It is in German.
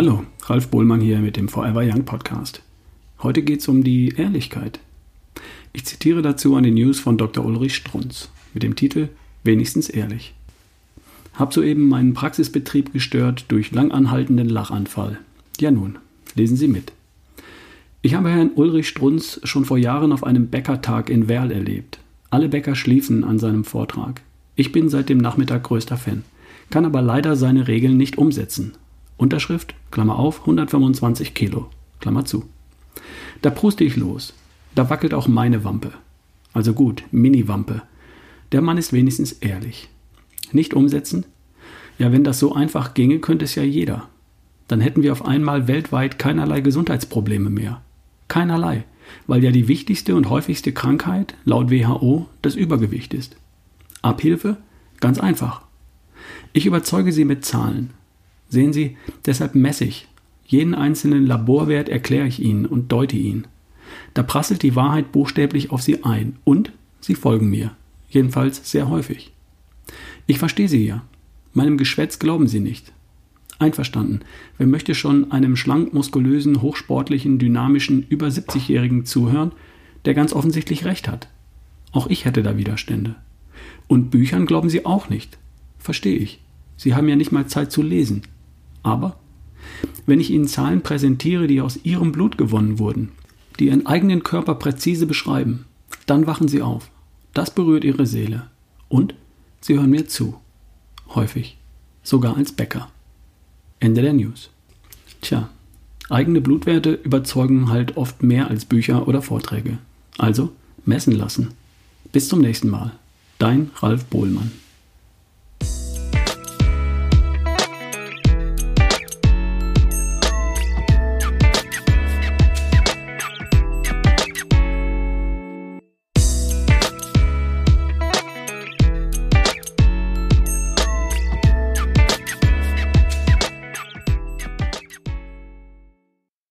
Hallo, Ralf Bohlmann hier mit dem Forever Young Podcast. Heute geht es um die Ehrlichkeit. Ich zitiere dazu eine News von Dr. Ulrich Strunz mit dem Titel Wenigstens ehrlich. Hab soeben meinen Praxisbetrieb gestört durch langanhaltenden Lachanfall. Ja nun, lesen Sie mit. Ich habe Herrn Ulrich Strunz schon vor Jahren auf einem Bäckertag in Werl erlebt. Alle Bäcker schliefen an seinem Vortrag. Ich bin seit dem Nachmittag größter Fan, kann aber leider seine Regeln nicht umsetzen. Unterschrift, Klammer auf, 125 Kilo, Klammer zu. Da pruste ich los. Da wackelt auch meine Wampe. Also gut, Mini-Wampe. Der Mann ist wenigstens ehrlich. Nicht umsetzen? Ja, wenn das so einfach ginge, könnte es ja jeder. Dann hätten wir auf einmal weltweit keinerlei Gesundheitsprobleme mehr. Keinerlei, weil ja die wichtigste und häufigste Krankheit laut WHO das Übergewicht ist. Abhilfe? Ganz einfach. Ich überzeuge Sie mit Zahlen. Sehen Sie, deshalb messe ich. Jeden einzelnen Laborwert erkläre ich Ihnen und deute ihn. Da prasselt die Wahrheit buchstäblich auf Sie ein und Sie folgen mir. Jedenfalls sehr häufig. Ich verstehe Sie ja. Meinem Geschwätz glauben Sie nicht. Einverstanden. Wer möchte schon einem schlank, muskulösen, hochsportlichen, dynamischen, über 70-Jährigen zuhören, der ganz offensichtlich recht hat? Auch ich hätte da Widerstände. Und Büchern glauben Sie auch nicht. Verstehe ich. Sie haben ja nicht mal Zeit zu lesen. Aber wenn ich Ihnen Zahlen präsentiere, die aus Ihrem Blut gewonnen wurden, die Ihren eigenen Körper präzise beschreiben, dann wachen Sie auf. Das berührt Ihre Seele. Und Sie hören mir zu. Häufig. Sogar als Bäcker. Ende der News. Tja, eigene Blutwerte überzeugen halt oft mehr als Bücher oder Vorträge. Also messen lassen. Bis zum nächsten Mal. Dein Ralf Bohlmann.